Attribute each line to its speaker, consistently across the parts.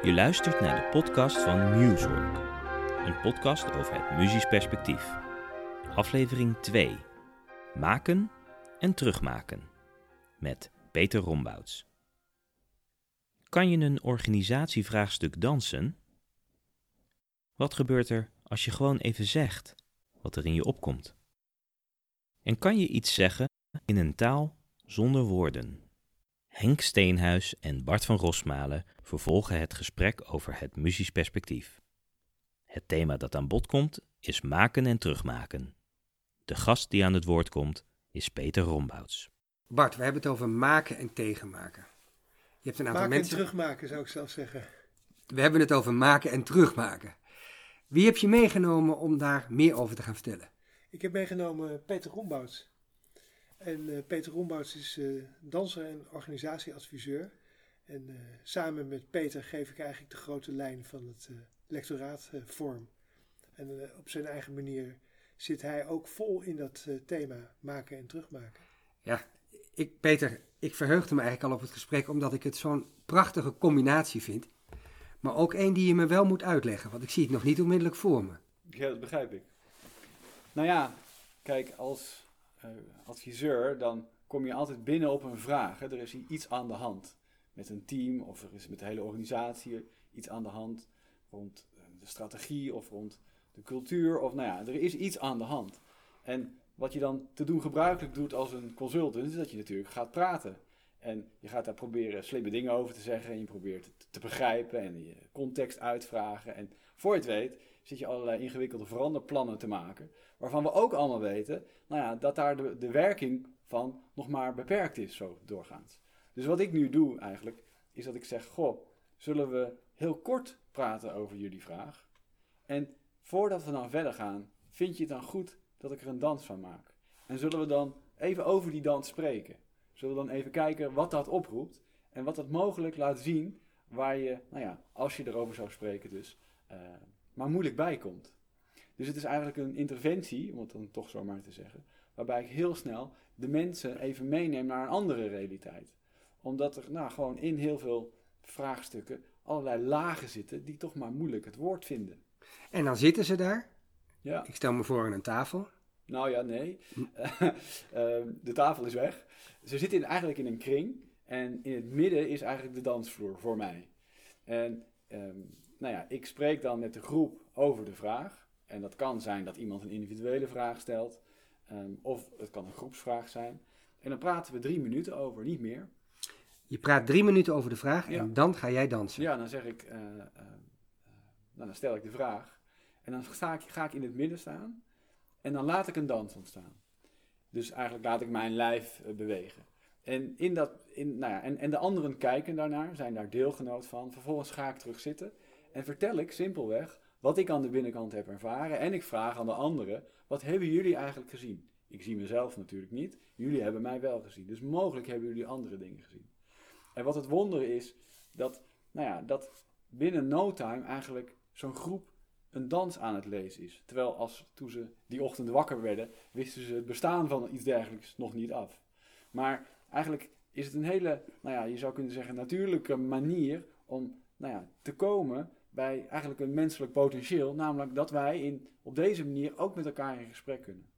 Speaker 1: Je luistert naar de podcast van Musework. Een podcast over het muzisch perspectief. Aflevering 2. Maken en terugmaken. Met Peter Rombouts. Kan je een organisatievraagstuk dansen? Wat gebeurt er als je gewoon even zegt wat er in je opkomt? En kan je iets zeggen in een taal zonder woorden? Henk Steenhuis en Bart van Rosmalen vervolgen het gesprek over het muzisch perspectief. Het thema dat aan bod komt is maken en terugmaken. De gast die aan het woord komt is Peter Rombouts.
Speaker 2: Bart, we hebben het over maken en tegenmaken. Je hebt een aantal
Speaker 3: maken
Speaker 2: mensen...
Speaker 3: en terugmaken zou ik zelf zeggen.
Speaker 2: We hebben het over maken en terugmaken. Wie heb je meegenomen om daar meer over te gaan vertellen?
Speaker 3: Ik heb meegenomen Peter Rombouts. En Peter Rombouts is danser en organisatieadviseur. En samen met Peter geef ik eigenlijk de grote lijn van het lectoraat vorm. En op zijn eigen manier zit hij ook vol in dat thema maken en terugmaken.
Speaker 2: Ja, Peter, ik verheugde me eigenlijk al op het gesprek omdat ik het zo'n prachtige combinatie vind. Maar ook één die je me wel moet uitleggen, want ik zie het nog niet onmiddellijk voor me.
Speaker 4: Ja, dat begrijp ik. Nou ja, kijk, als adviseur dan kom je altijd binnen op een vraag. Hè. Er is iets aan de hand met een team of er is met de hele organisatie iets aan de hand rond de strategie of rond de cultuur. Of nou ja, er is iets aan de hand. En wat je dan te doen gebruikelijk doet als een consultant is dat je natuurlijk gaat praten. En je gaat daar proberen slimme dingen over te zeggen en je probeert het te begrijpen en je context uitvragen. En voor je het weet zit je allerlei ingewikkelde veranderplannen te maken. Waarvan we ook allemaal weten nou ja, dat daar de werking van nog maar beperkt is zo doorgaans. Dus wat ik nu doe eigenlijk is dat ik zeg, goh, zullen we heel kort praten over jullie vraag? En voordat we dan verder gaan, vind je het dan goed dat ik er een dans van maak? En zullen we dan even over die dans spreken? Zullen we dan even kijken wat dat oproept en wat dat mogelijk laat zien waar je, nou ja, als je erover zou spreken dus, maar moeilijk bij komt. Dus het is eigenlijk een interventie, om het dan toch zo maar te zeggen, waarbij ik heel snel de mensen even meeneem naar een andere realiteit. Omdat er nou gewoon in heel veel vraagstukken allerlei lagen zitten die toch maar moeilijk het woord vinden.
Speaker 2: En dan zitten ze daar.
Speaker 4: Ja.
Speaker 2: Ik stel me voor aan een tafel.
Speaker 4: Nou ja, nee. De tafel is weg. Ze zitten eigenlijk in een kring. En in het midden is eigenlijk de dansvloer voor mij. En nou ja, ik spreek dan met de groep over de vraag. En dat kan zijn dat iemand een individuele vraag stelt. Of het kan een groepsvraag zijn. En dan praten we 3 minuten over, niet meer.
Speaker 2: Je praat 3 minuten over de vraag
Speaker 4: Ja.
Speaker 2: en dan ga jij dansen.
Speaker 4: Ja, dan zeg ik, dan stel ik de vraag. En dan ga ik in het midden staan. En dan laat ik een dans ontstaan. Dus eigenlijk laat ik mijn lijf bewegen. En, en de anderen kijken daarnaar, zijn daar deelgenoot van. Vervolgens ga ik terug zitten en vertel ik simpelweg wat ik aan de binnenkant heb ervaren. En ik vraag aan de anderen, wat hebben jullie eigenlijk gezien? Ik zie mezelf natuurlijk niet, jullie hebben mij wel gezien. Dus mogelijk hebben jullie andere dingen gezien. En wat het wonder is, dat binnen no time eigenlijk zo'n groep een dans aan het lezen is. Terwijl toen ze die ochtend wakker werden, wisten ze het bestaan van iets dergelijks nog niet af. Maar eigenlijk is het een hele, je zou kunnen zeggen, natuurlijke manier om te komen bij eigenlijk een menselijk potentieel. Namelijk dat wij op deze manier ook met elkaar in gesprek kunnen.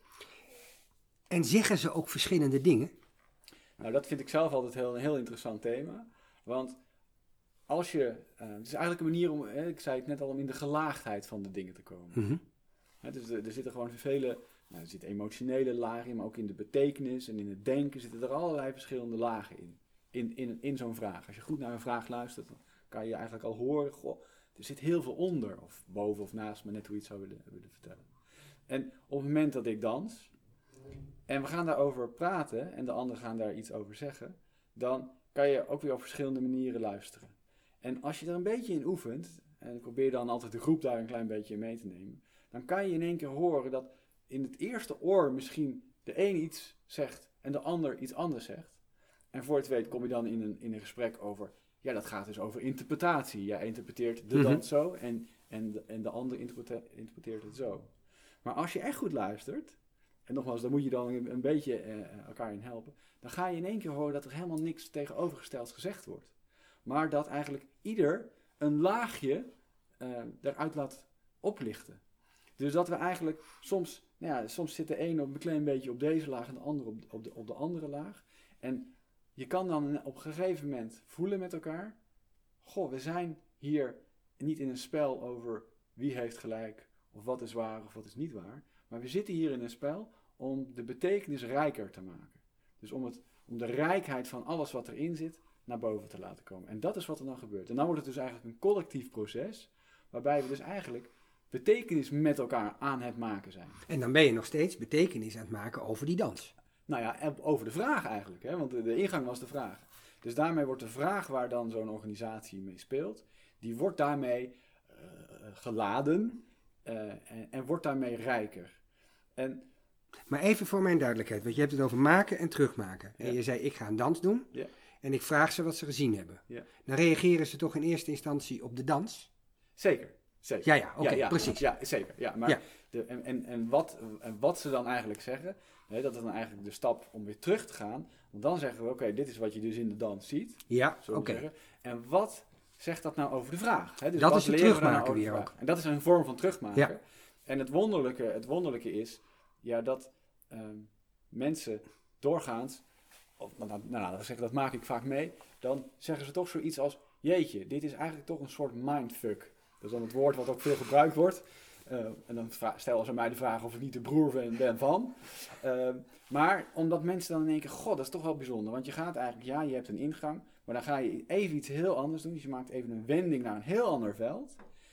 Speaker 2: En zeggen ze ook verschillende dingen?
Speaker 4: Nou, dat vind ik zelf altijd een heel interessant thema. Want als je, het is eigenlijk een manier om, ik zei het net al, om in de gelaagdheid van de dingen te komen. Mm-hmm. Dus er zitten gewoon er zitten emotionele lagen in, maar ook in de betekenis en in het denken zitten er allerlei verschillende lagen in zo'n vraag. Als je goed naar een vraag luistert, dan kan je eigenlijk al horen, goh, er zit heel veel onder, of boven of naast me, net hoe je het zou willen vertellen. En op het moment dat ik dans, en we gaan daarover praten, en de anderen gaan daar iets over zeggen, dan kan je ook weer op verschillende manieren luisteren. En als je er een beetje in oefent, en ik probeer dan altijd de groep daar een klein beetje in mee te nemen, dan kan je in één keer horen dat in het eerste oor misschien de een iets zegt en de ander iets anders zegt. En voor het weet kom je dan in een gesprek over, ja, dat gaat dus over interpretatie. Jij interpreteert de dans zo en de ander interpreteert het zo. Maar als je echt goed luistert, en nogmaals, daar moet je dan een beetje elkaar in helpen, dan ga je in één keer horen dat er helemaal niks tegenovergestelds gezegd wordt. Maar dat eigenlijk ieder een laagje eruit laat oplichten. Dus dat we eigenlijk soms zit de een op een klein beetje op deze laag en de andere op de andere laag. En je kan dan op een gegeven moment voelen met elkaar, goh, we zijn hier niet in een spel over wie heeft gelijk, of wat is waar of wat is niet waar. Maar we zitten hier in een spel om de betekenis rijker te maken. Dus om de rijkheid van alles wat erin zit naar boven te laten komen. En dat is wat er dan gebeurt. En dan wordt het dus eigenlijk een collectief proces, waarbij we dus eigenlijk betekenis met elkaar aan het maken zijn.
Speaker 2: En dan ben je nog steeds betekenis aan het maken over die dans.
Speaker 4: Nou ja, over de vraag eigenlijk. Hè? Want de ingang was de vraag. Dus daarmee wordt de vraag waar dan zo'n organisatie mee speelt, die wordt daarmee geladen en wordt daarmee rijker.
Speaker 2: Maar even voor mijn duidelijkheid, want je hebt het over maken en terugmaken.
Speaker 4: Ja.
Speaker 2: En je zei, ik ga een dans doen en ik vraag ze wat ze gezien hebben.
Speaker 4: Ja.
Speaker 2: Dan reageren ze toch in eerste instantie op de dans?
Speaker 4: Zeker.
Speaker 2: Ja, oké, precies.
Speaker 4: Ja, zeker. Ja, maar wat ze dan eigenlijk zeggen, dat is dan eigenlijk de stap om weer terug te gaan. Want dan zeggen we, oké, dit is wat je dus in de dans ziet.
Speaker 2: Ja, oké.
Speaker 4: En wat zegt dat nou over de vraag? Hè? Dus
Speaker 2: dat
Speaker 4: wat
Speaker 2: is het
Speaker 4: leren we
Speaker 2: terugmaken
Speaker 4: nou over
Speaker 2: weer
Speaker 4: de vraag?
Speaker 2: ook.
Speaker 4: En dat is een vorm van terugmaken.
Speaker 2: Ja.
Speaker 4: En het wonderlijke is dat mensen doorgaans, dat maak ik vaak mee, dan zeggen ze toch zoiets als, jeetje, dit is eigenlijk toch een soort mindfuck. Dat is dan het woord wat ook veel gebruikt wordt. En dan stellen ze mij de vraag of ik niet de broer ben van. Maar omdat mensen dan in één keer, god, dat is toch wel bijzonder. Want je gaat eigenlijk, je hebt een ingang, maar dan ga je even iets heel anders doen. Dus je maakt even een wending naar een heel ander veld.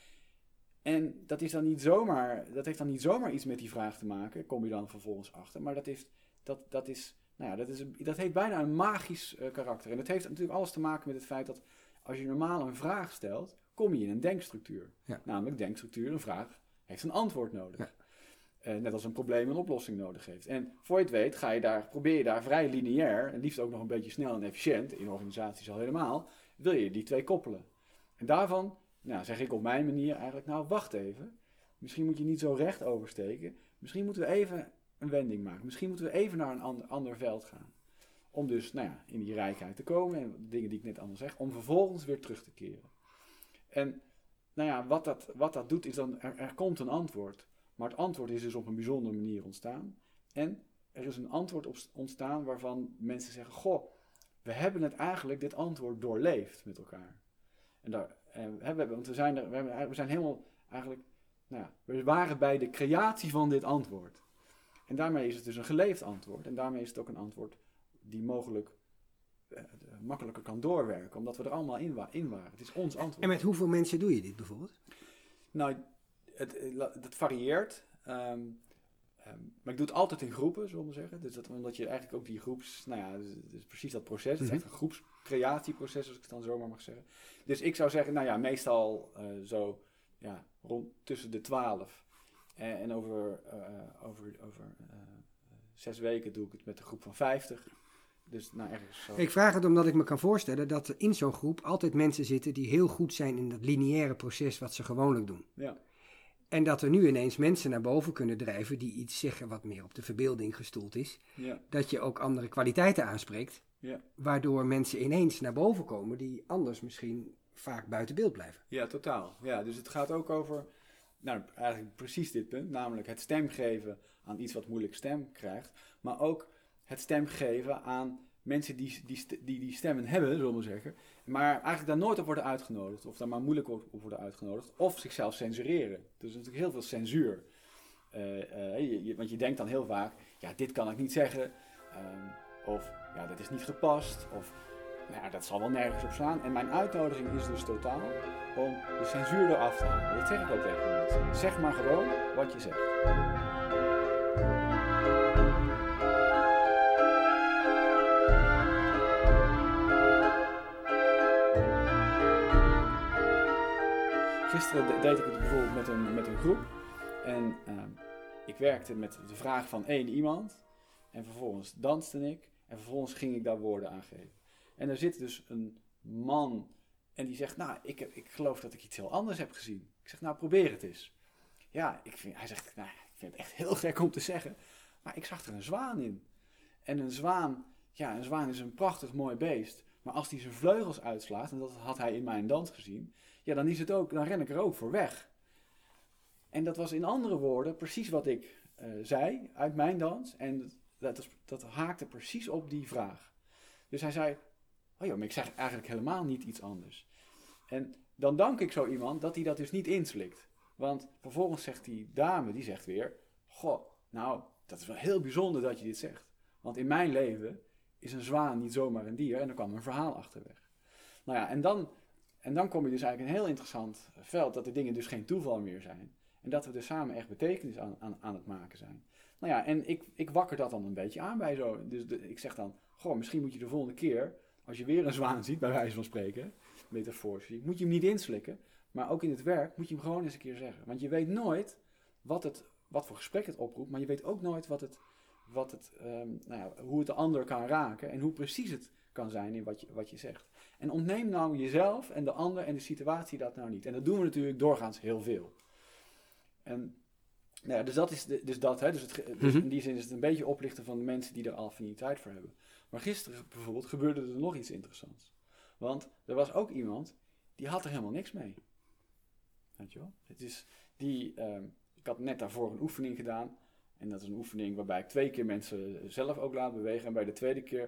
Speaker 4: En dat heeft dan niet zomaar iets met die vraag te maken, kom je dan vervolgens achter. Maar dat heeft bijna een magisch karakter. En dat heeft natuurlijk alles te maken met het feit dat als je normaal een vraag stelt, kom je in een denkstructuur.
Speaker 2: Ja.
Speaker 4: Namelijk denkstructuur, een vraag heeft een antwoord nodig.
Speaker 2: Ja.
Speaker 4: Net als een probleem een oplossing nodig heeft. En voor je het weet probeer je daar vrij lineair, en liefst ook nog een beetje snel en efficiënt, in organisaties al helemaal, wil je die twee koppelen. En daarvan zeg ik op mijn manier eigenlijk, wacht even. Misschien moet je niet zo recht oversteken. Misschien moeten we even een wending maken. Misschien moeten we even naar een ander veld gaan. Om dus in die rijkheid te komen. En de dingen die ik net allemaal zeg. Om vervolgens weer terug te keren. En wat dat doet is dan, er komt een antwoord. Maar het antwoord is dus op een bijzondere manier ontstaan. En er is een antwoord ontstaan waarvan mensen zeggen, goh, we hebben het eigenlijk, dit antwoord doorleefd met elkaar. Want we zijn helemaal eigenlijk, we waren bij de creatie van dit antwoord. En daarmee is het dus een geleefd antwoord. En daarmee is het ook een antwoord die mogelijk makkelijker kan doorwerken. Omdat we er allemaal in waren. Het is ons antwoord.
Speaker 2: En met hoeveel mensen doe je dit bijvoorbeeld?
Speaker 4: Nou, het varieert. Maar ik doe het altijd in groepen, zullen we zeggen. Dus omdat je eigenlijk ook die groeps... dus precies dat proces. Het is echt een groepscreatieproces, als ik het dan zomaar mag zeggen. Dus ik zou zeggen, meestal rond tussen de 12. En over 6 weken doe ik het met een groep van 50. Dus ergens zo.
Speaker 2: Ik vraag het omdat ik me kan voorstellen dat er in zo'n groep altijd mensen zitten die heel goed zijn in dat lineaire proces wat ze gewoonlijk doen.
Speaker 4: Ja.
Speaker 2: En dat er nu ineens mensen naar boven kunnen drijven die iets zeggen wat meer op de verbeelding gestoeld is.
Speaker 4: Ja.
Speaker 2: Dat je ook andere kwaliteiten aanspreekt.
Speaker 4: Ja.
Speaker 2: Waardoor mensen ineens naar boven komen die anders misschien vaak buiten beeld blijven.
Speaker 4: Ja, totaal. Ja, dus het gaat ook over, eigenlijk precies dit punt. Namelijk het stemgeven aan iets wat moeilijk stem krijgt. Maar ook het stemgeven aan mensen die stemmen hebben, zullen we zeggen. Maar eigenlijk daar nooit op worden uitgenodigd. Of daar maar moeilijk op worden uitgenodigd. Of zichzelf censureren. Dus er is natuurlijk heel veel censuur. Want je denkt dan heel vaak, dit kan ik niet zeggen. Of dit is niet gepast. Of dat zal wel nergens op slaan. En mijn uitnodiging is dus totaal om de censuur eraf te halen. Dat zeg ik ook tegen mensen. Zeg maar gewoon wat je zegt. Gisteren deed ik het bijvoorbeeld met een groep. En ik werkte met de vraag van 1 iemand. En vervolgens danste ik. En vervolgens ging ik daar woorden aan geven. En er zit dus een man en die zegt, ik geloof dat ik iets heel anders heb gezien. Ik zeg, probeer het eens. Ja, hij zegt, ik vind het echt heel gek om te zeggen. Maar ik zag er een zwaan in. En een zwaan is een prachtig mooi beest. Maar als hij zijn vleugels uitslaat, en dat had hij in mijn dans gezien, ja, dan ren ik er ook voor weg. En dat was in andere woorden precies wat ik zei uit mijn dans. En dat haakte precies op die vraag. Dus hij zei, oh ja, maar ik zeg eigenlijk helemaal niet iets anders. En dan dank ik zo iemand dat hij dat dus niet inslikt. Want vervolgens zegt die dame, die zegt weer, goh, nou, dat is wel heel bijzonder dat je dit zegt. Want in mijn leven is een zwaan niet zomaar een dier en er kwam een verhaal achterweg. Nou ja, en dan kom je dus eigenlijk in een heel interessant veld, dat de dingen dus geen toeval meer zijn. En dat we dus samen echt betekenis aan het maken zijn. Nou ja, en ik wakker dat dan een beetje aan bij zo. Dus ik zeg dan, goh, misschien moet je de volgende keer, als je weer een zwaan ziet, bij wijze van spreken, metaforisch, moet je hem niet inslikken. Maar ook in het werk moet je hem gewoon eens een keer zeggen. Want je weet nooit wat voor gesprek het oproept, maar je weet ook nooit hoe het de ander kan raken en hoe precies het kan zijn in wat je zegt. En ontneem nou jezelf en de ander en de situatie dat nou niet. En dat doen we natuurlijk doorgaans heel veel. En nou ja, dus dat is dus in die zin is het een beetje oplichten van de mensen die er affiniteit voor hebben. Maar gisteren bijvoorbeeld gebeurde er nog iets interessants. Want er was ook iemand die had er helemaal niks mee. Weet je wel? Ik had net daarvoor een oefening gedaan. En dat is een oefening waarbij ik 2 keer mensen zelf ook laat bewegen. En bij de tweede keer,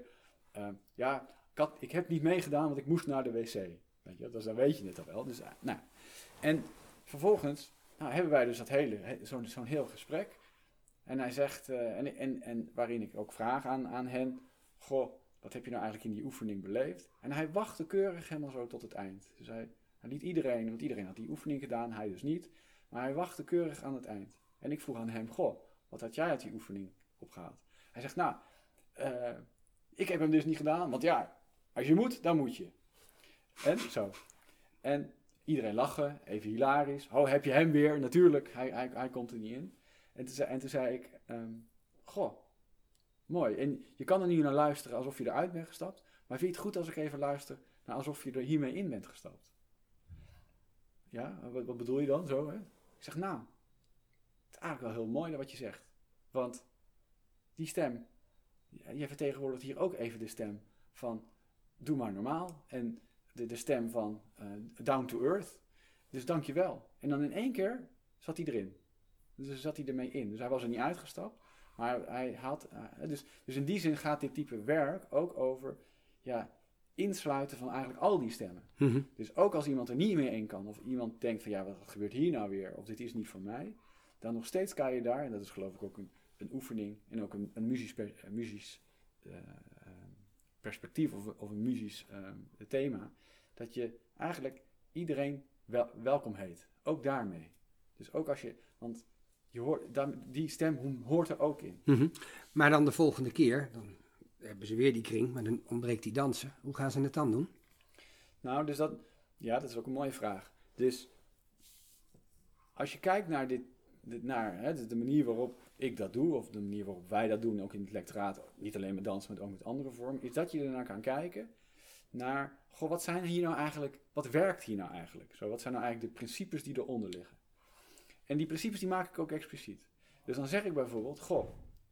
Speaker 4: ik heb niet meegedaan, want ik moest naar de wc. Weet je, dus dan weet je het al wel. Dus, nou. En vervolgens hebben wij dus zo'n heel gesprek. En hij zegt, en waarin ik ook vraag aan hen, goh, wat heb je nou eigenlijk in die oefening beleefd? En hij wachtte keurig helemaal zo tot het eind. Dus hij liet iedereen, want iedereen had die oefening gedaan, hij dus niet. Maar hij wachtte keurig aan het eind. En ik vroeg aan hem, goh, wat had jij uit die oefening opgehaald? Hij zegt, nou, ik heb hem dus niet gedaan, want ja, als je moet, dan moet je. En zo. En iedereen lachen, even hilarisch. Oh, heb je hem weer? Natuurlijk, hij komt er niet in. En toen zei ik, goh, mooi. En je kan er niet naar luisteren alsof je eruit bent gestapt. Maar vind je het goed als ik even luister naar alsof je er hiermee in bent gestapt? Ja, wat bedoel je dan zo? Hè? Ik zeg, nou, het is eigenlijk wel heel mooi wat je zegt. Want die stem, je vertegenwoordigt hier ook even de stem van doe maar normaal. En de stem van down to earth. Dus dank je wel. En dan in 1 keer zat hij erin. Dus zat hij ermee in. Dus hij was er niet uitgestapt. Maar hij had... Dus in die zin gaat dit type werk ook over insluiten van eigenlijk al die stemmen. Mm-hmm. Dus ook als iemand er niet meer in kan, of iemand denkt van wat gebeurt hier nou weer, of dit is niet voor mij, dan nog steeds kan je daar, en dat is geloof ik ook een oefening, en ook een muzisch perspectief of een muzisch thema, dat je eigenlijk iedereen welkom heet. Ook daarmee. Dus ook als je, want je hoort, die stem hoort er ook in.
Speaker 2: Mm-hmm. Maar dan de volgende keer, dan hebben ze weer die kring, maar dan ontbreekt die dansen. Hoe gaan ze het dan doen?
Speaker 4: Nou, dus dat is ook een mooie vraag. Dus als je kijkt naar de manier waarop ik dat doe, of de manier waarop wij dat doen, ook in het lectoraat, niet alleen met dansen, maar ook met andere vormen, is dat je ernaar kan kijken naar, goh, wat werkt hier nou eigenlijk? Zo, wat zijn nou eigenlijk de principes die eronder liggen? En die principes die maak ik ook expliciet. Dus dan zeg ik bijvoorbeeld, goh,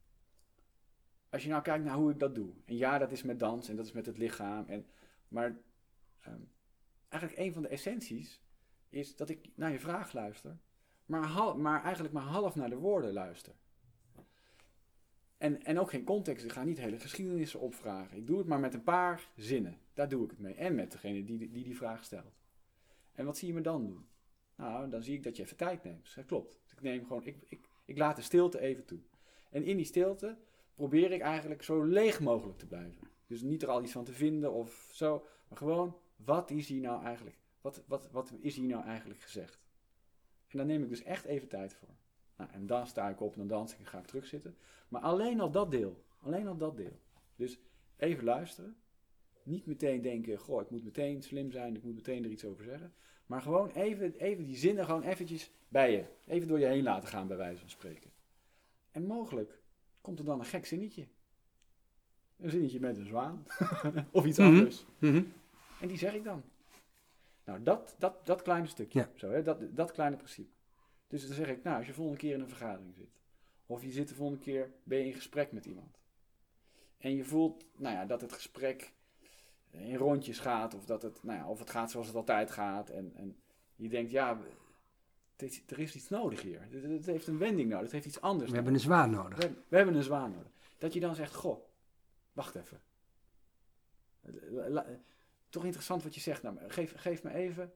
Speaker 4: als je nou kijkt naar hoe ik dat doe. En ja, dat is met dans en dat is met het lichaam. Maar eigenlijk een van de essenties is dat ik naar je vraag luister. Maar eigenlijk maar half naar de woorden luister. En ook geen context. Ik ga niet hele geschiedenissen opvragen. Ik doe het maar met een paar zinnen. Daar doe ik het mee. En met degene die vraag stelt. En wat zie je me dan doen? Nou, dan zie ik dat je even tijd neemt. Dat klopt. Ik laat de stilte even toe. En in die stilte probeer ik eigenlijk zo leeg mogelijk te blijven. Dus niet er al iets van te vinden of zo. Maar gewoon, wat is hier nou eigenlijk? Wat is hier nou eigenlijk gezegd? En daar neem ik dus echt even tijd voor. Nou, en dan sta ik op en dan dans ik en ga ik terugzitten. Maar alleen al dat deel. Dus even luisteren. Niet meteen denken, goh, ik moet meteen slim zijn. Ik moet meteen er iets over zeggen. Maar gewoon even die zinnen gewoon eventjes bij je. Even door je heen laten gaan, bij wijze van spreken. En mogelijk komt er dan een gek zinnetje. Een zinnetje met een zwaan. Of iets anders. Mm-hmm. En die zeg ik dan. Nou, dat kleine stukje. Ja. Zo, hè, dat kleine principe. Dus dan zeg ik, nou, als je volgende keer in een vergadering zit. Of je zit de volgende keer, ben je in gesprek met iemand. En je voelt, dat het gesprek in rondjes gaat. Of dat het, of het gaat zoals het altijd gaat. En Je denkt, ja, er is iets nodig hier. Het heeft een wending nodig. Het heeft iets anders
Speaker 2: We hebben een zwaan nodig.
Speaker 4: We hebben een zwaan nodig. Dat je dan zegt, goh, wacht even. Toch interessant wat je zegt. Nou, geef me even.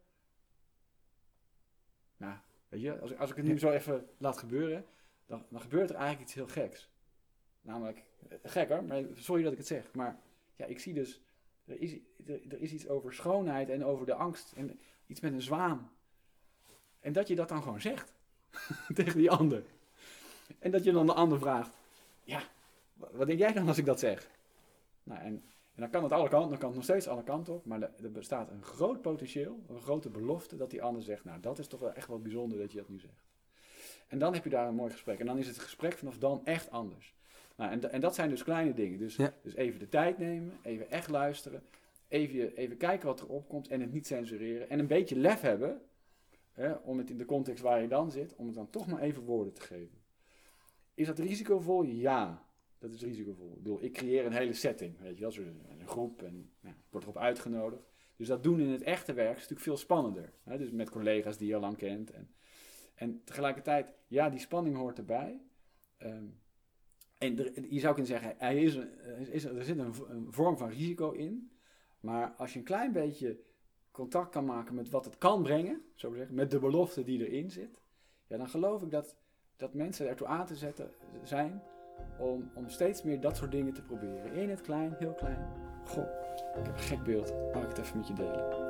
Speaker 4: Nou, weet je, als ik het nu zo even laat gebeuren, dan gebeurt er eigenlijk iets heel geks. Namelijk, gek hoor, maar sorry dat ik het zeg. Maar ja, ik zie dus, er is iets over schoonheid en over de angst. En iets met een zwaan. En dat je dat dan gewoon zegt. Tegen die ander. En dat je dan de ander vraagt. Ja, wat denk jij dan als ik dat zeg? Nou, en dan kan het alle kanten, dan kan het nog steeds alle kanten op. Maar er bestaat een groot potentieel, een grote belofte dat die ander zegt. Nou, dat is toch wel echt wel bijzonder dat je dat nu zegt. En dan heb je daar een mooi gesprek. En dan is het gesprek vanaf dan echt anders. Nou, en dat zijn dus kleine dingen. Dus even de tijd nemen, even echt luisteren. Even kijken wat er opkomt en het niet censureren. En een beetje lef hebben, om het in de context waar je dan zit, om het dan toch maar even woorden te geven. Is dat risicovol? Ja, dat is risicovol. Ik bedoel, ik creëer een hele setting, weet je wel, een groep en ik word erop uitgenodigd. Dus dat doen in het echte werk is natuurlijk veel spannender. Dus met collega's die je al lang kent. En tegelijkertijd, ja, die spanning hoort erbij. En je zou kunnen zeggen, er zit een vorm van risico in. Maar als je een klein beetje contact kan maken met wat het kan brengen, zo zeggen, met de belofte die erin zit, ja, dan geloof ik dat mensen ertoe aan te zetten zijn om steeds meer dat soort dingen te proberen. In het klein, heel klein. Goh, ik heb een gek beeld. Mag ik het even met je delen?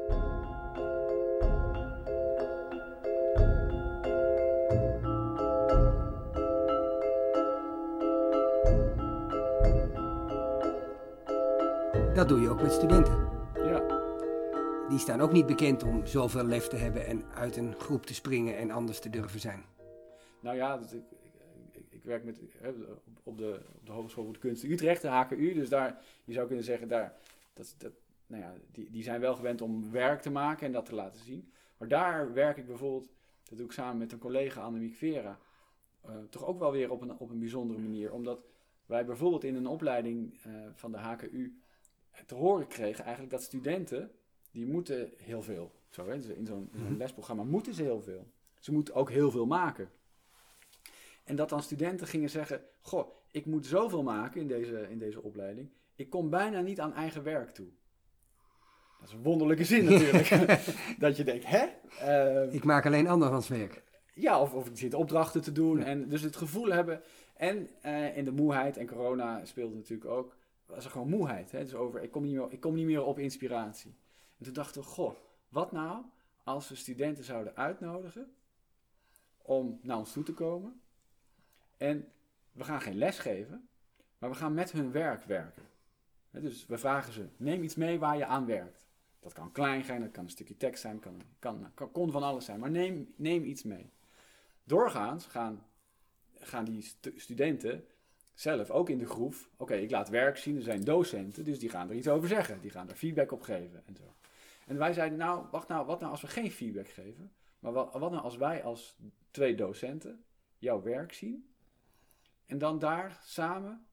Speaker 2: Dat doe je ook met studenten.
Speaker 4: Ja.
Speaker 2: Die staan ook niet bekend om zoveel lef te hebben en uit een groep te springen en anders te durven zijn.
Speaker 4: Nou ja, ik werk op de Hogeschool voor de Kunsten Utrecht, de HKU. Dus daar, je zou kunnen zeggen, die zijn wel gewend om werk te maken en dat te laten zien. Maar daar werk ik bijvoorbeeld, dat doe ik samen met een collega Annemiek Vera, toch ook wel weer op een bijzondere manier. Omdat wij bijvoorbeeld in een opleiding van de HKU te horen kregen eigenlijk dat studenten, die moeten heel veel. Zo, hè? Dus in zo'n lesprogramma moeten ze heel veel. Ze moeten ook heel veel maken. En dat dan studenten gingen zeggen, goh, ik moet zoveel maken in deze opleiding. Ik kom bijna niet aan eigen werk toe. Dat is een wonderlijke zin natuurlijk. Dat je denkt, hè?
Speaker 2: Ik maak alleen andermans werk.
Speaker 4: Ja, of ik zit opdrachten te doen. Ja. En dus het gevoel hebben. En in de moeheid, en corona speelde natuurlijk ook, was er gewoon moeheid. Hè? Dus over, ik kom niet meer op inspiratie. En toen dachten we, goh, wat nou als we studenten zouden uitnodigen om naar ons toe te komen. En we gaan geen les geven, maar we gaan met hun werk werken. Dus we vragen ze, neem iets mee waar je aan werkt. Dat kan klein zijn, dat kan een stukje tekst zijn, kan van alles zijn. Maar neem iets mee. Doorgaans gaan die studenten zelf ook in de groef. Oké, ik laat werk zien, er zijn docenten, dus die gaan er iets over zeggen. Die gaan er feedback op geven en zo. En wij zeiden, wat nou als we geen feedback geven? Maar wat nou als wij als 2 docenten jouw werk zien en dan daar samen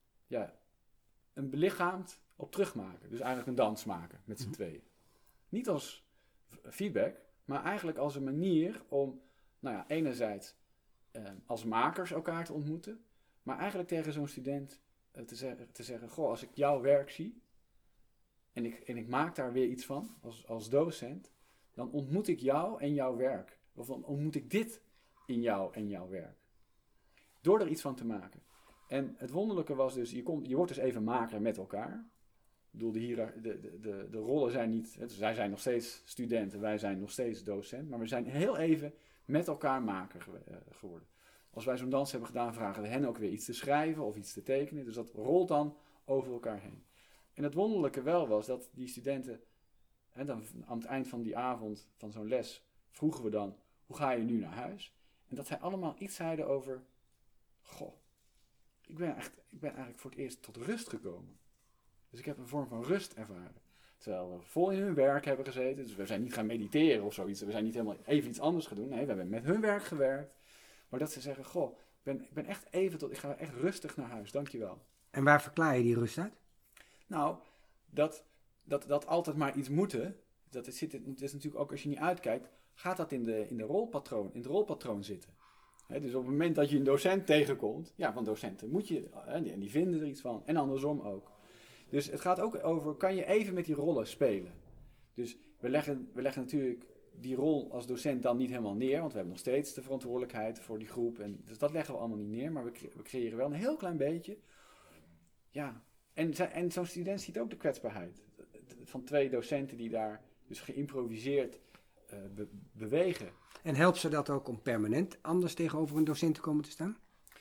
Speaker 4: een belichaamd op terugmaken. Dus eigenlijk een dans maken met z'n tweeën. Niet als feedback, maar eigenlijk als een manier om, enerzijds als makers elkaar te ontmoeten, maar eigenlijk tegen zo'n student te zeggen, goh, als ik jouw werk zie en ik maak daar weer iets van als docent, dan ontmoet ik jou en jouw werk. Of dan ontmoet ik dit in jou en jouw werk. Door er iets van te maken. En het wonderlijke was dus, je wordt dus even maker met elkaar. Ik bedoel, de rollen zijn niet, dus wij zijn nog steeds studenten, wij zijn nog steeds docent, maar we zijn heel even met elkaar maker geworden. Als wij zo'n dans hebben gedaan, vragen we hen ook weer iets te schrijven of iets te tekenen. Dus dat rolt dan over elkaar heen. En het wonderlijke wel was dat die studenten, dan aan het eind van die avond van zo'n les, vroegen we dan, hoe ga je nu naar huis? En dat zij allemaal iets zeiden over, goh, ik ben eigenlijk voor het eerst tot rust gekomen. Dus ik heb een vorm van rust ervaren. Terwijl we vol in hun werk hebben gezeten. Dus we zijn niet gaan mediteren of zoiets. We zijn niet helemaal even iets anders gaan doen. Nee, we hebben met hun werk gewerkt. Maar dat ze zeggen, goh, ik ben echt ik ga echt rustig naar huis. Dankjewel.
Speaker 2: En waar verklaar je die rust uit?
Speaker 4: Nou, dat altijd maar iets moeten. Het is natuurlijk ook als je niet uitkijkt. gaat dat in het rolpatroon zitten. Dus op het moment dat je een docent tegenkomt, van docenten moet je, en die vinden er iets van, en andersom ook. Dus het gaat ook over, kan je even met die rollen spelen? Dus we leggen natuurlijk die rol als docent dan niet helemaal neer, want we hebben nog steeds de verantwoordelijkheid voor die groep. En dus dat leggen we allemaal niet neer, maar we creëren wel een heel klein beetje. Ja, en zo'n student ziet ook de kwetsbaarheid van 2 docenten die daar dus geïmproviseerd bewegen.
Speaker 2: En helpt ze dat ook om permanent anders tegenover een docent te komen te staan?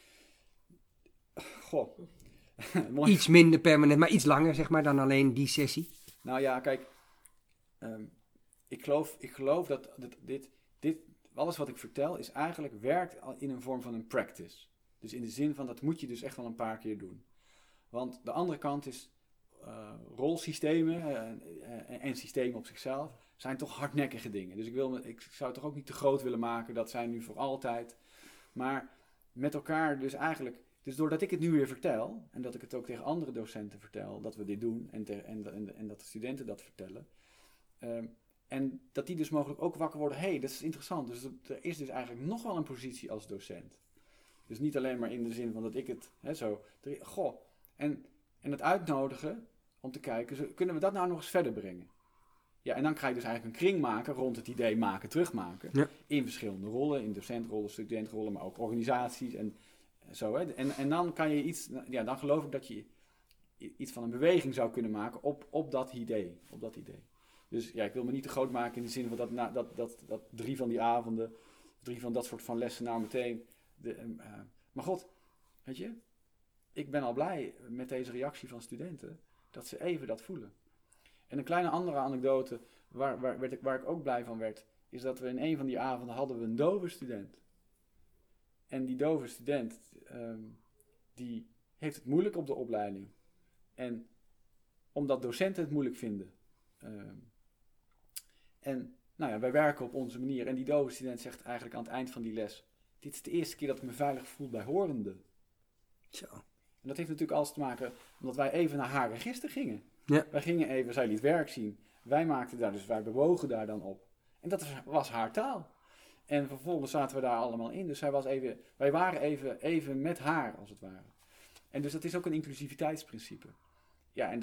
Speaker 4: Goh. Mooi.
Speaker 2: Iets minder permanent, maar iets langer zeg maar dan alleen die sessie?
Speaker 4: Nou ja, kijk. Ik geloof dat dit, alles wat ik vertel, is eigenlijk werkt in een vorm van een practice. Dus in de zin van, dat moet je dus echt wel een paar keer doen. Want de andere kant is, rolsystemen en systemen op zichzelf zijn toch hardnekkige dingen. Dus ik zou het toch ook niet te groot willen maken, dat zijn nu voor altijd. Maar met elkaar dus eigenlijk, dus doordat ik het nu weer vertel, en dat ik het ook tegen andere docenten vertel, dat we dit doen, en dat de studenten dat vertellen, en dat die dus mogelijk ook wakker worden, dat is interessant. Dus er is dus eigenlijk nog wel een positie als docent. Dus niet alleen maar in de zin van dat ik het en het uitnodigen om te kijken, kunnen we dat nou nog eens verder brengen? Ja, en dan ga je dus eigenlijk een kring maken rond het idee maken, terugmaken. Ja. In verschillende rollen, in docentrollen, studentrollen, maar ook organisaties en zo. En dan kan je dan geloof ik dat je iets van een beweging zou kunnen maken op dat idee. Dus ja, ik wil me niet te groot maken in de zin van dat 3 van die avonden, 3 van dat soort van lessen nou meteen. Maar god, weet je, ik ben al blij met deze reactie van studenten, dat ze even dat voelen. En een kleine andere anekdote waar ik ook blij van werd, is dat we in een van die avonden hadden we een dove student. En die dove student, die heeft het moeilijk op de opleiding. En omdat docenten het moeilijk vinden. En nou ja, wij werken op onze manier. En die dove student zegt eigenlijk aan het eind van die les, dit is de eerste keer dat ik me veilig voel bij horenden.
Speaker 2: Zo.
Speaker 4: En dat heeft natuurlijk alles te maken omdat wij even naar haar register gingen.
Speaker 2: Ja.
Speaker 4: Wij gingen even, zij liet werk zien. Wij bewogen daar dan op. En dat was haar taal. En vervolgens zaten we daar allemaal in. Dus wij waren even met haar, als het ware. En dus dat is ook een inclusiviteitsprincipe. Ja,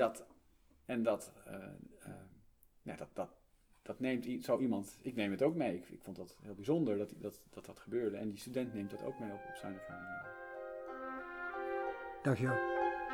Speaker 4: dat neemt zo iemand, ik neem het ook mee. Ik vond dat heel bijzonder dat gebeurde. En die student neemt dat ook mee op zijn of haar manier.
Speaker 2: Dankjewel.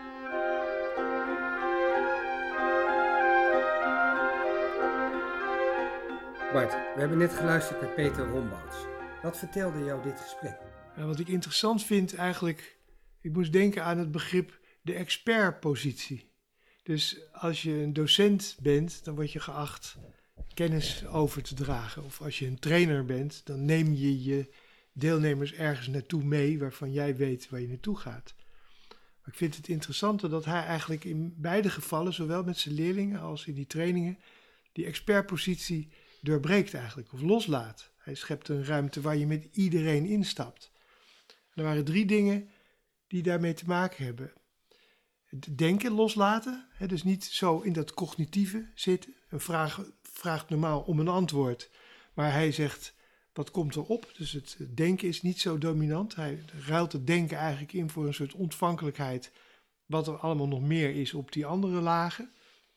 Speaker 2: Bart, we hebben net geluisterd naar Peter Rombouts. Wat vertelde jou dit gesprek?
Speaker 3: Ja, wat ik interessant vind eigenlijk, ik moest denken aan het begrip de expertpositie. Dus als je een docent bent, dan word je geacht kennis over te dragen. Of als je een trainer bent, dan neem je je deelnemers ergens naartoe mee waarvan jij weet waar je naartoe gaat. Maar ik vind het interessante dat hij eigenlijk in beide gevallen, zowel met zijn leerlingen als in die trainingen, die expertpositie doorbreekt eigenlijk, of loslaat. Hij schept een ruimte waar je met iedereen instapt. Er waren 3 dingen die daarmee te maken hebben. Het denken loslaten, dus niet zo in dat cognitieve zitten. Een vraag vraagt normaal om een antwoord, maar hij zegt, wat komt erop? Dus het denken is niet zo dominant. Hij ruilt het denken eigenlijk in voor een soort ontvankelijkheid, wat er allemaal nog meer is op die andere lagen.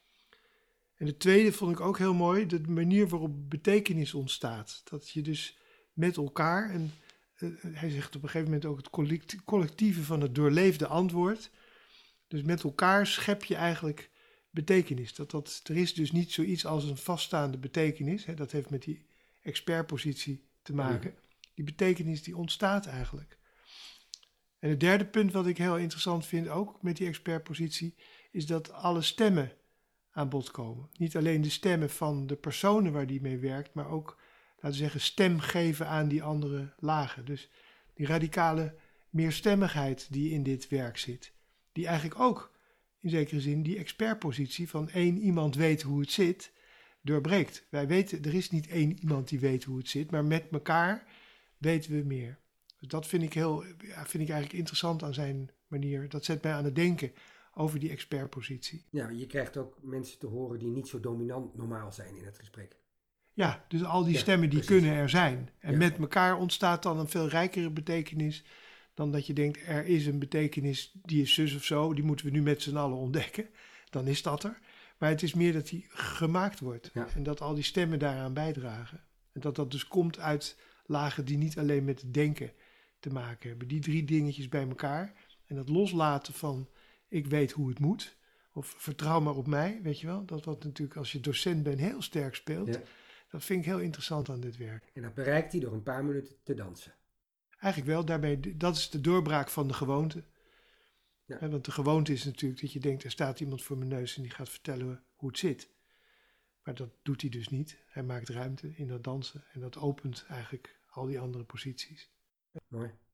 Speaker 3: En de tweede vond ik ook heel mooi, de manier waarop betekenis ontstaat. Dat je dus met elkaar, en hij zegt op een gegeven moment ook het collectieve van het doorleefde antwoord. Dus met elkaar schep je eigenlijk betekenis. Er is dus niet zoiets als een vaststaande betekenis. Dat heeft met die expertpositie te maken. Die betekenis die ontstaat eigenlijk. En het derde punt wat ik heel interessant vind, ook met die expertpositie, is dat alle stemmen aan bod komen. Niet alleen de stemmen van de personen waar die mee werkt, maar ook, laten we zeggen, stem geven aan die andere lagen. Dus die radicale meerstemmigheid die in dit werk zit, die eigenlijk ook in zekere zin die expertpositie van één iemand weet hoe het zit, doorbreekt. Wij weten, er is niet één iemand die weet hoe het zit, maar met elkaar weten we meer. Dus dat vind ik eigenlijk interessant aan zijn manier. Dat zet mij aan het denken over die expertpositie.
Speaker 2: Ja, je krijgt ook mensen te horen die niet zo dominant normaal zijn in het gesprek.
Speaker 3: Ja, dus al die
Speaker 2: Ja,
Speaker 3: stemmen die
Speaker 2: precies.
Speaker 3: kunnen er zijn. En
Speaker 2: Ja.
Speaker 3: met elkaar ontstaat dan een veel rijkere betekenis dan dat je denkt, er is een betekenis die is zus of zo, die moeten we nu met z'n allen ontdekken. Dan is dat er. Maar het is meer dat die gemaakt wordt.
Speaker 2: Ja.
Speaker 3: En dat al die stemmen daaraan bijdragen. En dat dat dus komt uit lagen die niet alleen met het denken te maken hebben. Die 3 dingetjes bij elkaar. En dat loslaten van, ik weet hoe het moet. Of vertrouw maar op mij, weet je wel. Dat wat natuurlijk als je docent bent heel sterk speelt.
Speaker 2: Ja.
Speaker 3: Dat vind ik heel interessant aan dit werk.
Speaker 2: En dat bereikt hij door een paar minuten te dansen.
Speaker 3: Eigenlijk wel, daarbij, dat is de doorbraak van de gewoonte.
Speaker 2: Ja.
Speaker 3: Want de gewoonte is natuurlijk dat je denkt, er staat iemand voor mijn neus en die gaat vertellen hoe het zit. Maar dat doet hij dus niet. Hij maakt ruimte in dat dansen en dat opent eigenlijk al die andere posities.
Speaker 2: Mooi.